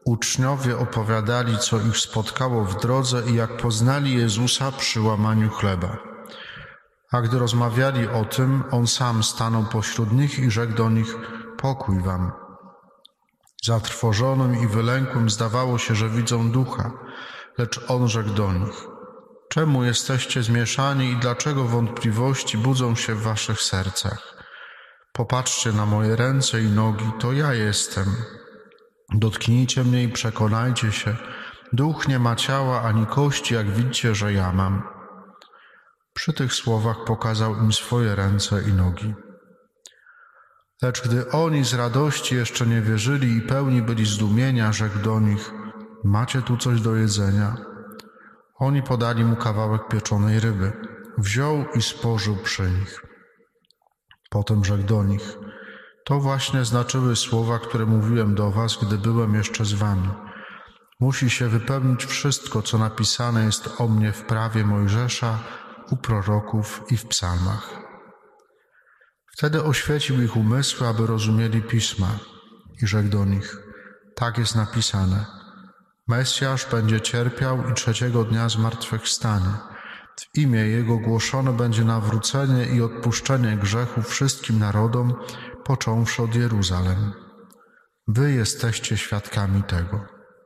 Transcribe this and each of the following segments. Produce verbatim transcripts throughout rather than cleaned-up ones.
Uczniowie opowiadali, co ich spotkało w drodze i jak poznali Jezusa przy łamaniu chleba. A gdy rozmawiali o tym, On sam stanął pośród nich i rzekł do nich: pokój wam. Zatrwożonym i wylękłym zdawało się, że widzą ducha, lecz On rzekł do nich: czemu jesteście zmieszani i dlaczego wątpliwości budzą się w waszych sercach? Popatrzcie na moje ręce i nogi, to ja jestem. Dotknijcie mnie i przekonajcie się. Duch nie ma ciała ani kości, jak widzicie, że ja mam. Przy tych słowach pokazał im swoje ręce i nogi. Lecz gdy oni z radości jeszcze nie wierzyli i pełni byli zdumienia, rzekł do nich: macie tu coś do jedzenia? Oni podali mu kawałek pieczonej ryby. Wziął i spożył przy nich. Potem rzekł do nich: to właśnie znaczyły słowa, które mówiłem do was, gdy byłem jeszcze z wami. Musi się wypełnić wszystko, co napisane jest o mnie w prawie Mojżesza, u proroków i w psalmach. Wtedy oświecił ich umysły, aby rozumieli Pisma i rzekł do nich: tak jest napisane. Mesjasz będzie cierpiał i trzeciego dnia zmartwychwstanie. W imię Jego głoszone będzie nawrócenie i odpuszczenie grzechów wszystkim narodom, począwszy od Jeruzalem. Wy jesteście świadkami tego.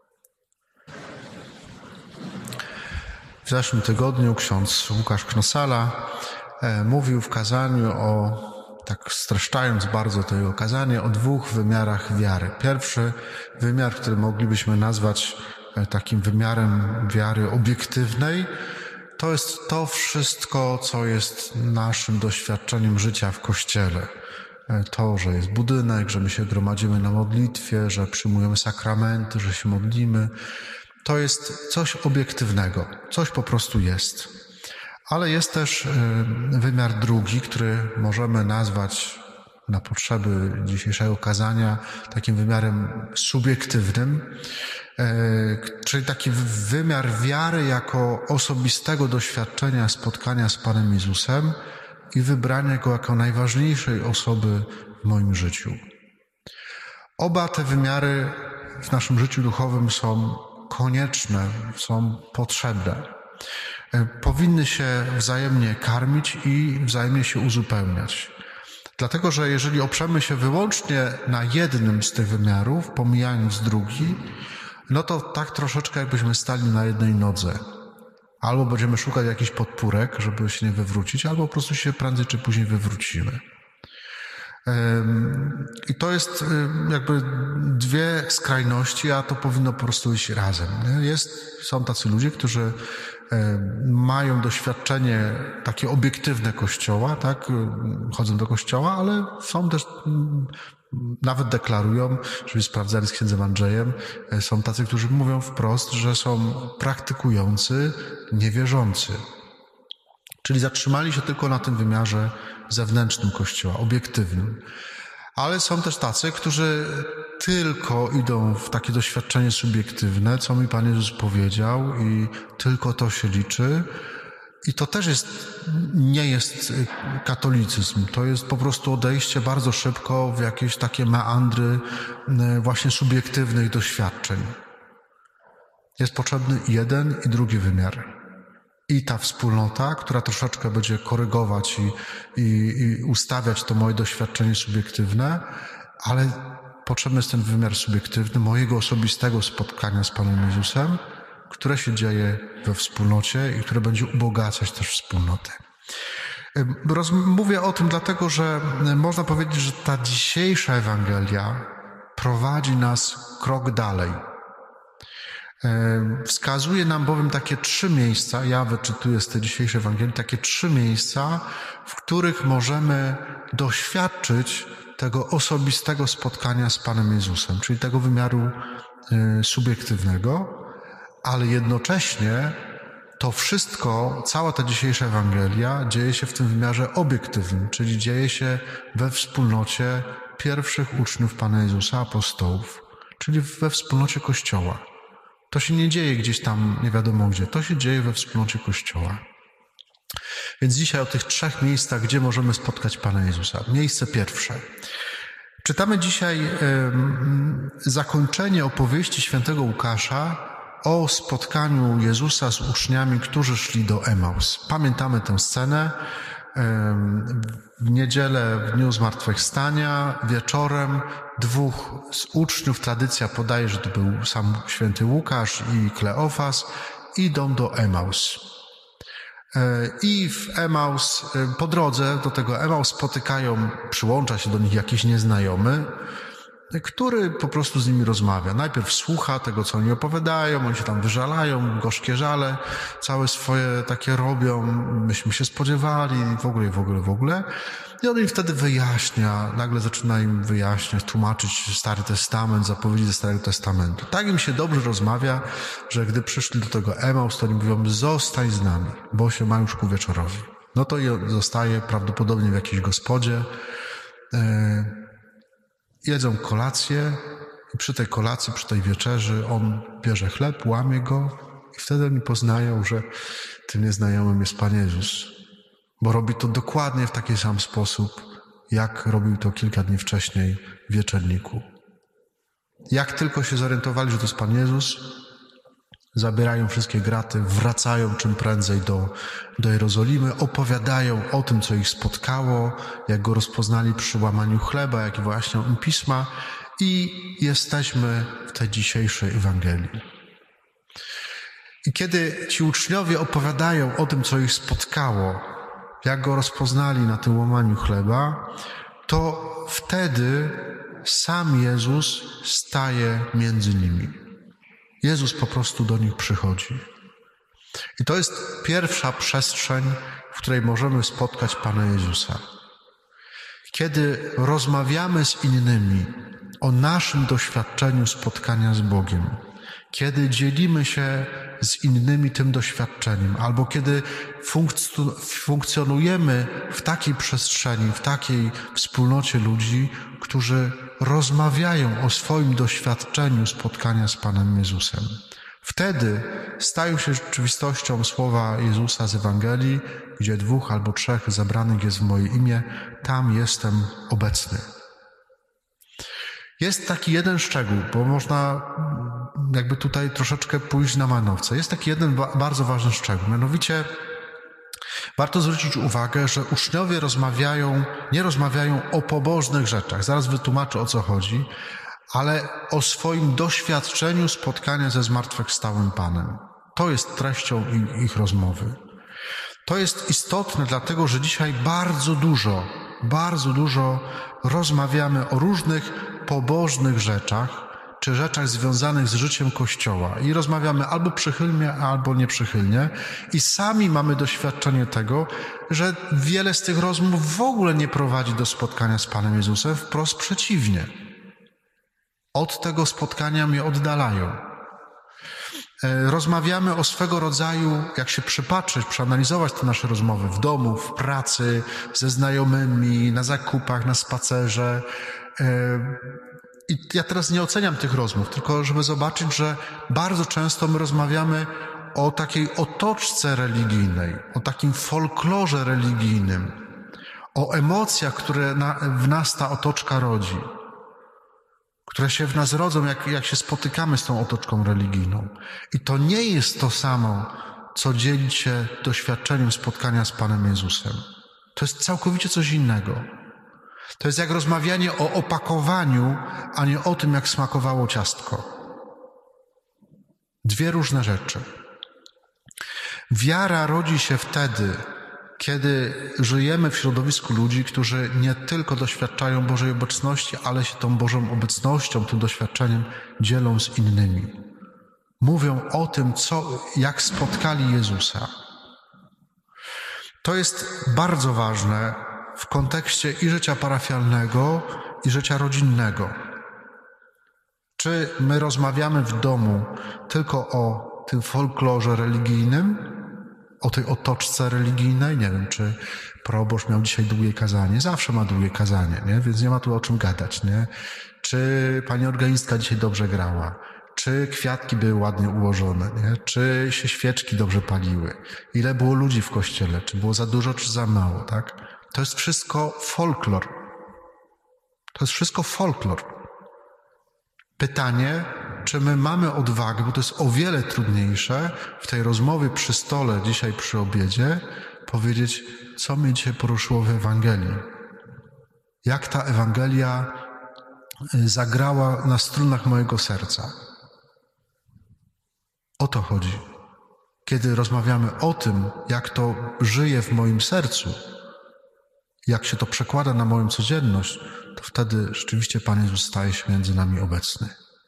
W zeszłym tygodniu ksiądz Łukasz Knosala e, mówił w kazaniu o, tak streszczając bardzo to kazanie, o dwóch wymiarach wiary. Pierwszy wymiar, który moglibyśmy nazwać e, takim wymiarem wiary obiektywnej, to jest to wszystko, co jest naszym doświadczeniem życia w Kościele. To, że jest budynek, że my się gromadzimy na modlitwie, że przyjmujemy sakramenty, że się modlimy. To jest coś obiektywnego, coś po prostu jest. Ale jest też wymiar drugi, który możemy nazwać na potrzeby dzisiejszego kazania takim wymiarem subiektywnym, czyli taki wymiar wiary jako osobistego doświadczenia spotkania z Panem Jezusem i wybrania Go jako najważniejszej osoby w moim życiu. Oba te wymiary w naszym życiu duchowym są konieczne, są potrzebne. Powinny się wzajemnie karmić i wzajemnie się uzupełniać. Dlatego, że jeżeli oprzemy się wyłącznie na jednym z tych wymiarów, pomijając drugi, no to tak troszeczkę jakbyśmy stali na jednej nodze. Albo będziemy szukać jakichś podpórek, żeby się nie wywrócić, albo po prostu się prędzej czy później wywrócimy. I to jest jakby dwie skrajności, a to powinno po prostu iść razem. Jest, są tacy ludzie, którzy mają doświadczenie takie obiektywne Kościoła, tak, chodzą do Kościoła, ale są też, nawet deklarują, żeby sprawdzali z księdzem Andrzejem, są tacy, którzy mówią wprost, że są praktykujący, niewierzący. Czyli zatrzymali się tylko na tym wymiarze zewnętrznym Kościoła, obiektywnym. Ale są też tacy, którzy tylko idą w takie doświadczenie subiektywne, co mi Pan Jezus powiedział i tylko to się liczy. I to też jest, nie jest katolicyzm. To jest po prostu odejście bardzo szybko w jakieś takie meandry właśnie subiektywnych doświadczeń. Jest potrzebny jeden i drugi wymiar. I ta wspólnota, która troszeczkę będzie korygować i, i, i ustawiać to moje doświadczenie subiektywne, ale potrzebny jest ten wymiar subiektywny mojego osobistego spotkania z Panem Jezusem, które się dzieje we wspólnocie i które będzie ubogacać też wspólnotę. Roz, mówię o tym dlatego, że można powiedzieć, że ta dzisiejsza Ewangelia prowadzi nas krok dalej. Wskazuje nam bowiem takie trzy miejsca, ja wyczytuję z tej dzisiejszej Ewangelii, takie trzy miejsca, w których możemy doświadczyć tego osobistego spotkania z Panem Jezusem, czyli tego wymiaru y, subiektywnego, ale jednocześnie to wszystko, cała ta dzisiejsza Ewangelia dzieje się w tym wymiarze obiektywnym, czyli dzieje się we wspólnocie pierwszych uczniów Pana Jezusa, apostołów, czyli we wspólnocie Kościoła. To się nie dzieje gdzieś tam nie wiadomo gdzie, to się dzieje we wspólnocie Kościoła. Więc dzisiaj o tych trzech miejscach, gdzie możemy spotkać Pana Jezusa. Miejsce pierwsze. Czytamy dzisiaj um, zakończenie opowieści świętego Łukasza o spotkaniu Jezusa z uczniami, którzy szli do Emaus. Pamiętamy tę scenę. W niedzielę, w dniu zmartwychwstania, wieczorem dwóch z uczniów, tradycja podaje, że to był sam święty Łukasz i Kleofas, idą do Emaus. I w Emaus, po drodze do tego Emaus spotykają, przyłącza się do nich jakiś nieznajomy, który po prostu z nimi rozmawia. Najpierw słucha tego, co oni opowiadają, oni się tam wyżalają, gorzkie żale, całe swoje takie robią, myśmy się spodziewali, w ogóle, w ogóle, w ogóle. I on im wtedy wyjaśnia, nagle zaczyna im wyjaśniać, tłumaczyć Stary Testament, zapowiedzi ze Starego Testamentu. Tak im się dobrze rozmawia, że gdy przyszli do tego Emaus, to oni mówią, zostań z nami, bo się ma już ku wieczorowi. No to zostaje prawdopodobnie w jakiejś gospodzie. Jedzą kolację i przy tej kolacji, przy tej wieczerzy on bierze chleb, łamie go i wtedy oni poznają, że tym nieznajomym jest Pan Jezus. Bo robi to dokładnie w taki sam sposób, jak robił to kilka dni wcześniej w wieczerniku. Jak tylko się zorientowali, że to jest Pan Jezus, zabierają wszystkie graty, wracają czym prędzej do, do Jerozolimy, opowiadają o tym, co ich spotkało, jak go rozpoznali przy łamaniu chleba, jak i wyjaśnią im pisma i jesteśmy w tej dzisiejszej Ewangelii. I kiedy ci uczniowie opowiadają o tym, co ich spotkało, jak go rozpoznali na tym łamaniu chleba, to wtedy sam Jezus staje między nimi. Jezus po prostu do nich przychodzi. I to jest pierwsza przestrzeń, w której możemy spotkać Pana Jezusa. Kiedy rozmawiamy z innymi o naszym doświadczeniu spotkania z Bogiem, kiedy dzielimy się z innymi tym doświadczeniem, albo kiedy funkcjonujemy w takiej przestrzeni, w takiej wspólnocie ludzi, którzy rozmawiają o swoim doświadczeniu spotkania z Panem Jezusem. Wtedy stają się rzeczywistością słowa Jezusa z Ewangelii, gdzie dwóch albo trzech zabranych jest w moje imię, tam jestem obecny. Jest taki jeden szczegół, bo można jakby tutaj troszeczkę pójść na manowce. Jest taki jeden ba- bardzo ważny szczegół, mianowicie warto zwrócić uwagę, że uczniowie rozmawiają, nie rozmawiają o pobożnych rzeczach. Zaraz wytłumaczę, o co chodzi, ale o swoim doświadczeniu spotkania ze zmartwychwstałym Panem. To jest treścią ich, ich rozmowy. To jest istotne, dlatego że dzisiaj bardzo dużo, bardzo dużo rozmawiamy o różnych pobożnych rzeczach, czy rzeczach związanych z życiem Kościoła. I rozmawiamy albo przychylnie, albo nieprzychylnie. I sami mamy doświadczenie tego, że wiele z tych rozmów w ogóle nie prowadzi do spotkania z Panem Jezusem, wprost przeciwnie. Od tego spotkania mnie oddalają. Rozmawiamy o swego rodzaju, jak się przypatrzeć, przeanalizować te nasze rozmowy w domu, w pracy, ze znajomymi, na zakupach, na spacerze. I ja teraz nie oceniam tych rozmów, tylko żeby zobaczyć, że bardzo często my rozmawiamy o takiej otoczce religijnej, o takim folklorze religijnym, o emocjach, które na, w nas ta otoczka rodzi, które się w nas rodzą, jak, jak się spotykamy z tą otoczką religijną. I to nie jest to samo, co dzielić się doświadczeniem spotkania z Panem Jezusem. To jest całkowicie coś innego. To jest jak rozmawianie o opakowaniu, a nie o tym, jak smakowało ciastko. Dwie różne rzeczy. Wiara rodzi się wtedy, kiedy żyjemy w środowisku ludzi, którzy nie tylko doświadczają Bożej obecności, ale się tą Bożą obecnością, tym doświadczeniem dzielą z innymi. Mówią o tym, co, jak spotkali Jezusa. To jest bardzo ważne w kontekście i życia parafialnego, i życia rodzinnego. Czy my rozmawiamy w domu tylko o tym folklorze religijnym, o tej otoczce religijnej? Nie wiem, czy proboszcz miał dzisiaj długie kazanie. Zawsze ma długie kazanie, nie? Więc nie ma tu o czym gadać, nie? Czy pani organistka dzisiaj dobrze grała? Czy kwiatki były ładnie ułożone, nie? Czy się świeczki dobrze paliły? Ile było ludzi w kościele? Czy było za dużo, czy za mało, tak? To jest wszystko folklor. To jest wszystko folklor. Pytanie, czy my mamy odwagę, bo to jest o wiele trudniejsze w tej rozmowie przy stole dzisiaj przy obiedzie, powiedzieć, co mnie dzisiaj poruszyło w Ewangelii. Jak ta Ewangelia zagrała na strunach mojego serca. O to chodzi. Kiedy rozmawiamy o tym, jak to żyje w moim sercu, jak się to przekłada na moją codzienność, to wtedy rzeczywiście Pan Jezus staje się między nami obecny.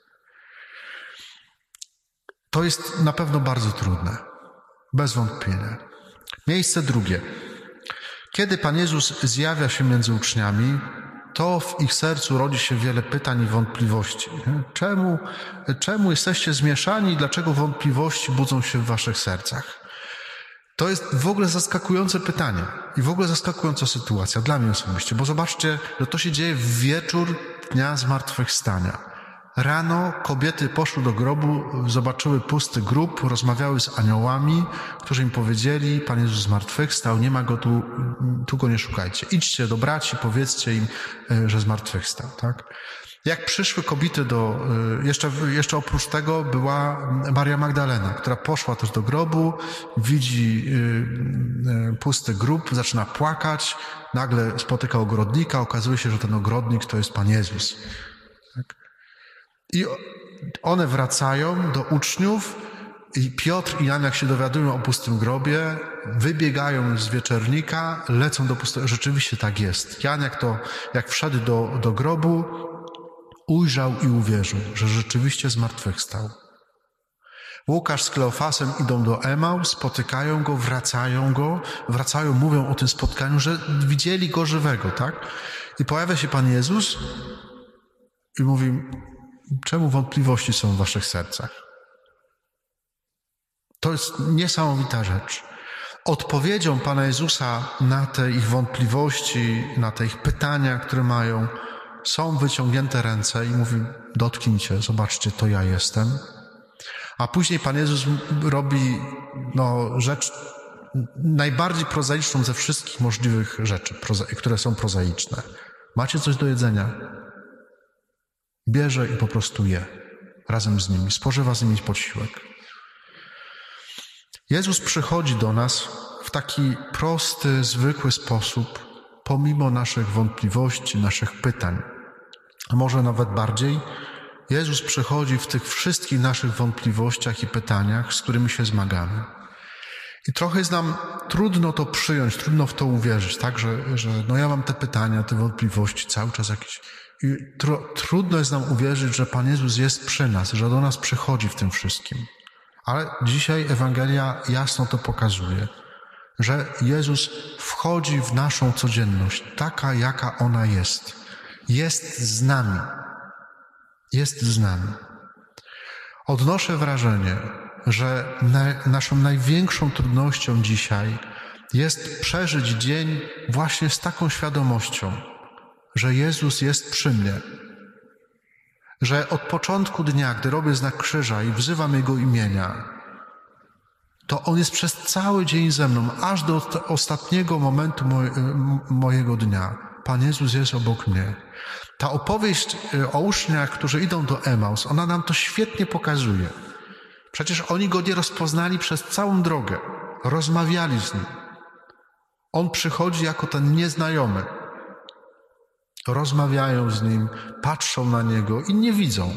To jest na pewno bardzo trudne. Bez wątpienia. Miejsce drugie. Kiedy Pan Jezus zjawia się między uczniami, to w ich sercu rodzi się wiele pytań i wątpliwości. Czemu, czemu jesteście zmieszani i dlaczego wątpliwości budzą się w waszych sercach? To jest w ogóle zaskakujące pytanie i w ogóle zaskakująca sytuacja dla mnie osobiście, bo zobaczcie, że to się dzieje w wieczór dnia zmartwychwstania. Rano kobiety poszły do grobu, zobaczyły pusty grób, rozmawiały z aniołami, którzy im powiedzieli, Pan Jezus zmartwychwstał, nie ma go tu, tu go nie szukajcie. Idźcie do braci, powiedzcie im, że zmartwychwstał, tak? Jak przyszły kobiety do, jeszcze, jeszcze oprócz tego była Maria Magdalena, która poszła też do grobu, widzi pusty grób, zaczyna płakać, nagle spotyka ogrodnika, okazuje się, że ten ogrodnik to jest Pan Jezus. Tak? I one wracają do uczniów i Piotr i Jan, jak się dowiadują o pustym grobie, wybiegają z wieczernika, lecą do pustego. Rzeczywiście tak jest. Jan, jak, to, jak wszedł do, do grobu, ujrzał i uwierzył, że rzeczywiście zmartwychwstał. Łukasz z Kleofasem idą do Emau, spotykają go, wracają go, wracają, mówią o tym spotkaniu, że widzieli go żywego, tak? I pojawia się Pan Jezus i mówi, czemu wątpliwości są w waszych sercach? To jest niesamowita rzecz. Odpowiedzią Pana Jezusa na te ich wątpliwości, na te ich pytania, które mają, są wyciągnięte ręce i mówi, dotknijcie, zobaczcie, to ja jestem. A później Pan Jezus robi no, rzecz najbardziej prozaiczną ze wszystkich możliwych rzeczy, które są prozaiczne. Macie coś do jedzenia? Bierze i po prostu je razem z nimi, spożywa z nimi posiłek. Jezus przychodzi do nas w taki prosty, zwykły sposób, pomimo naszych wątpliwości, naszych pytań. A może nawet bardziej, Jezus przychodzi w tych wszystkich naszych wątpliwościach i pytaniach, z którymi się zmagamy. I trochę jest nam trudno to przyjąć, trudno w to uwierzyć, tak, że, że no ja mam te pytania, te wątpliwości, cały czas jakieś... I tr- trudno jest nam uwierzyć, że Pan Jezus jest przy nas, że do nas przychodzi w tym wszystkim. Ale dzisiaj Ewangelia jasno to pokazuje, że Jezus wchodzi w naszą codzienność, taka jaka ona jest. Jest z nami. Jest z nami. Odnoszę wrażenie, że na, naszą największą trudnością dzisiaj jest przeżyć dzień właśnie z taką świadomością, że Jezus jest przy mnie. Że od początku dnia, gdy robię znak krzyża i wzywam Jego imienia, to On jest przez cały dzień ze mną, aż do ostatniego momentu moje, mojego dnia. Pan Jezus jest obok mnie. Ta opowieść o uczniach, którzy idą do Emaus, ona nam to świetnie pokazuje. Przecież oni Go nie rozpoznali przez całą drogę. Rozmawiali z Nim. On przychodzi jako ten nieznajomy. Rozmawiają z Nim, patrzą na Niego i nie widzą.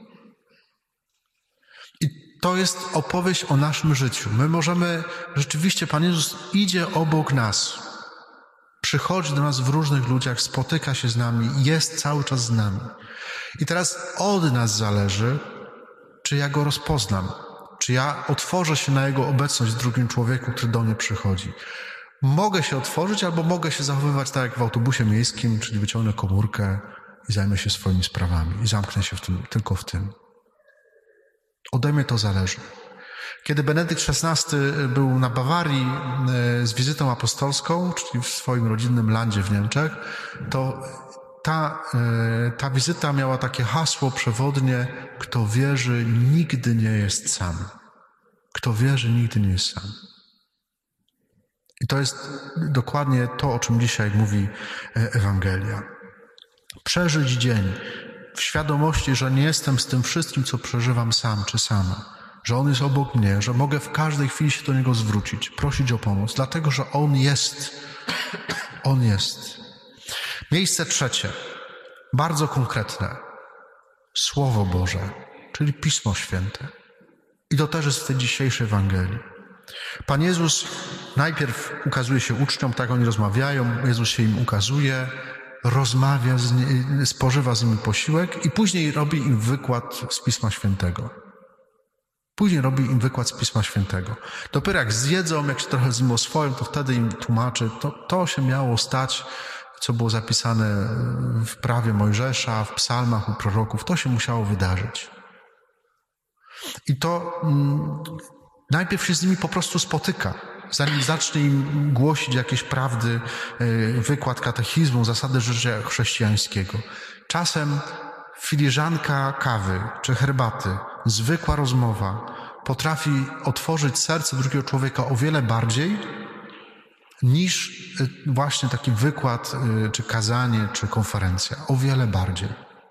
I to jest opowieść o naszym życiu. My możemy, rzeczywiście Pan Jezus idzie obok nas. Przychodzi do nas w różnych ludziach, spotyka się z nami, jest cały czas z nami. I teraz od nas zależy, czy ja Go rozpoznam, czy ja otworzę się na Jego obecność w drugim człowieku, który do mnie przychodzi. Mogę się otworzyć albo mogę się zachowywać tak jak w autobusie miejskim, czyli wyciągnę komórkę i zajmę się swoimi sprawami i zamknę się w tym, tylko w tym. Ode mnie to zależy. Kiedy Benedykt szesnasty był na Bawarii z wizytą apostolską, czyli w swoim rodzinnym landzie w Niemczech, to ta, ta wizyta miała takie hasło przewodnie: kto wierzy, nigdy nie jest sam. Kto wierzy, nigdy nie jest sam. I to jest dokładnie to, o czym dzisiaj mówi Ewangelia. Przeżyć dzień w świadomości, że nie jestem z tym wszystkim, co przeżywam sam czy sama. Że On jest obok mnie, że mogę w każdej chwili się do Niego zwrócić, prosić o pomoc, dlatego, że On jest. On jest. Miejsce trzecie, bardzo konkretne. Słowo Boże, czyli Pismo Święte. I to też jest w tej dzisiejszej Ewangelii. Pan Jezus najpierw ukazuje się uczniom, tak oni rozmawiają, Jezus się im ukazuje, rozmawia, z nie, spożywa z nimi posiłek i później robi im wykład z Pisma Świętego. Później robi im wykład z Pisma Świętego. Dopiero jak zjedzą, jak się trochę z nim oswoją, to wtedy im tłumaczy, to, to się miało stać, co było zapisane w prawie Mojżesza, w psalmach u proroków, to się musiało wydarzyć. I to mm, najpierw się z nimi po prostu spotyka, zanim zacznie im głosić jakieś prawdy, yy, wykład katechizmu, zasady życia chrześcijańskiego. Czasem filiżanka kawy czy herbaty, zwykła rozmowa potrafi otworzyć serce drugiego człowieka o wiele bardziej niż właśnie taki wykład, czy kazanie, czy konferencja. O wiele bardziej.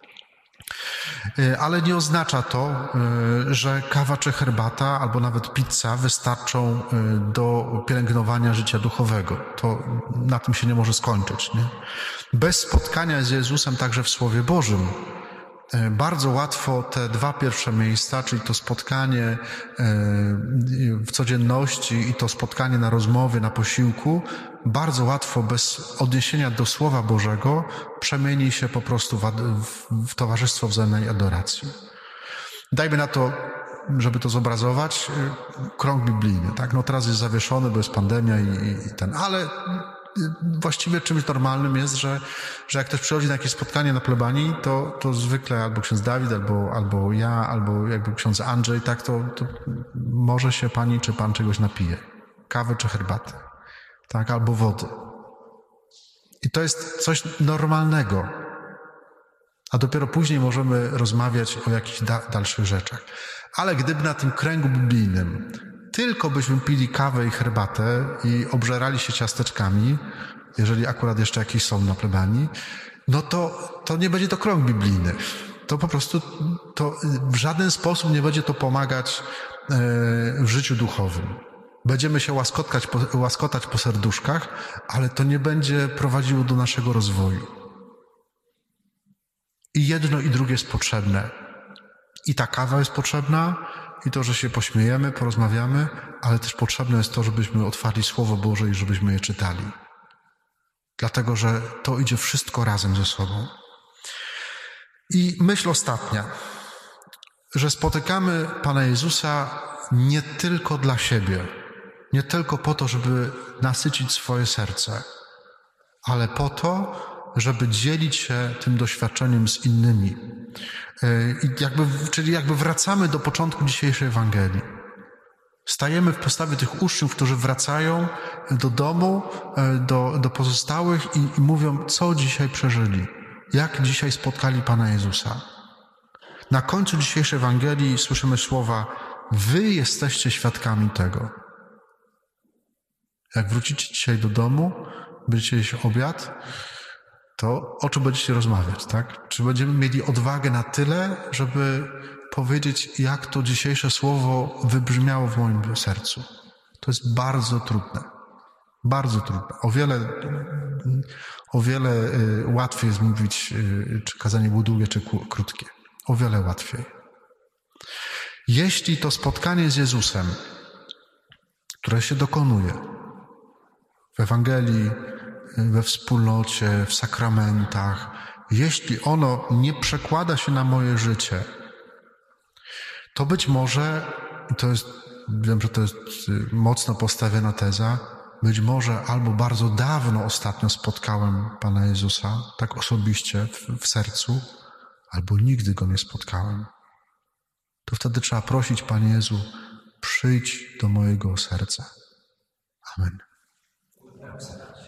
Ale nie oznacza to, że kawa czy herbata, albo nawet pizza wystarczą do pielęgnowania życia duchowego. To na tym się nie może skończyć. Nie? Bez spotkania z Jezusem także w Słowie Bożym bardzo łatwo te dwa pierwsze miejsca, czyli to spotkanie w codzienności i to spotkanie na rozmowie, na posiłku, bardzo łatwo bez odniesienia do Słowa Bożego przemieni się po prostu w, w, w towarzystwo wzajemnej adoracji. Dajmy na to, żeby to zobrazować, krąg biblijny. Tak? No teraz jest zawieszony, bo jest pandemia i, i ten, ale właściwie czymś normalnym jest, że, że jak ktoś przychodzi na jakieś spotkanie na plebanii, to, to zwykle albo ksiądz Dawid, albo, albo ja, albo jakby ksiądz Andrzej, tak, to, to może się pani czy pan czegoś napije. Kawy czy herbaty, tak, albo wody. I to jest coś normalnego. A dopiero później możemy rozmawiać o jakichś da- dalszych rzeczach. Ale gdyby na tym kręgu biblijnym tylko byśmy pili kawę i herbatę i obżerali się ciasteczkami, jeżeli akurat jeszcze jakieś są na plebanii, no to, to nie będzie to krąg biblijny. To po prostu to w żaden sposób nie będzie to pomagać e, w życiu duchowym. Będziemy się łaskotać po, łaskotać po serduszkach, ale to nie będzie prowadziło do naszego rozwoju. I jedno i drugie jest potrzebne. I ta kawa jest potrzebna, i to, że się pośmiejemy, porozmawiamy, ale też potrzebne jest to, żebyśmy otwarli Słowo Boże i żebyśmy je czytali. Dlatego, że to idzie wszystko razem ze sobą. I myśl ostatnia, że spotykamy Pana Jezusa nie tylko dla siebie, nie tylko po to, żeby nasycić swoje serce, ale po to, żeby dzielić się tym doświadczeniem z innymi. I jakby, czyli jakby wracamy do początku dzisiejszej Ewangelii. Stajemy w postawie tych uczniów, którzy wracają do domu, do, do pozostałych i, i mówią, co dzisiaj przeżyli, jak dzisiaj spotkali Pana Jezusa. Na końcu dzisiejszej Ewangelii słyszymy słowa, wy jesteście świadkami tego. Jak wrócicie dzisiaj do domu, będziecie jeść obiad, to o czym będziecie rozmawiać, tak? Czy będziemy mieli odwagę na tyle, żeby powiedzieć, jak to dzisiejsze słowo wybrzmiało w moim sercu? To jest bardzo trudne. Bardzo trudne. O wiele, o wiele łatwiej jest mówić, czy kazanie było długie, czy krótkie. O wiele łatwiej. Jeśli to spotkanie z Jezusem, które się dokonuje w Ewangelii, we wspólnocie, w sakramentach, jeśli ono nie przekłada się na moje życie, to być może, i to jest, wiem, że to jest mocno postawiona teza, być może albo bardzo dawno ostatnio spotkałem Pana Jezusa, tak osobiście w, w sercu, albo nigdy Go nie spotkałem. To wtedy trzeba prosić, Panie Jezu, przyjdź do mojego serca. Amen.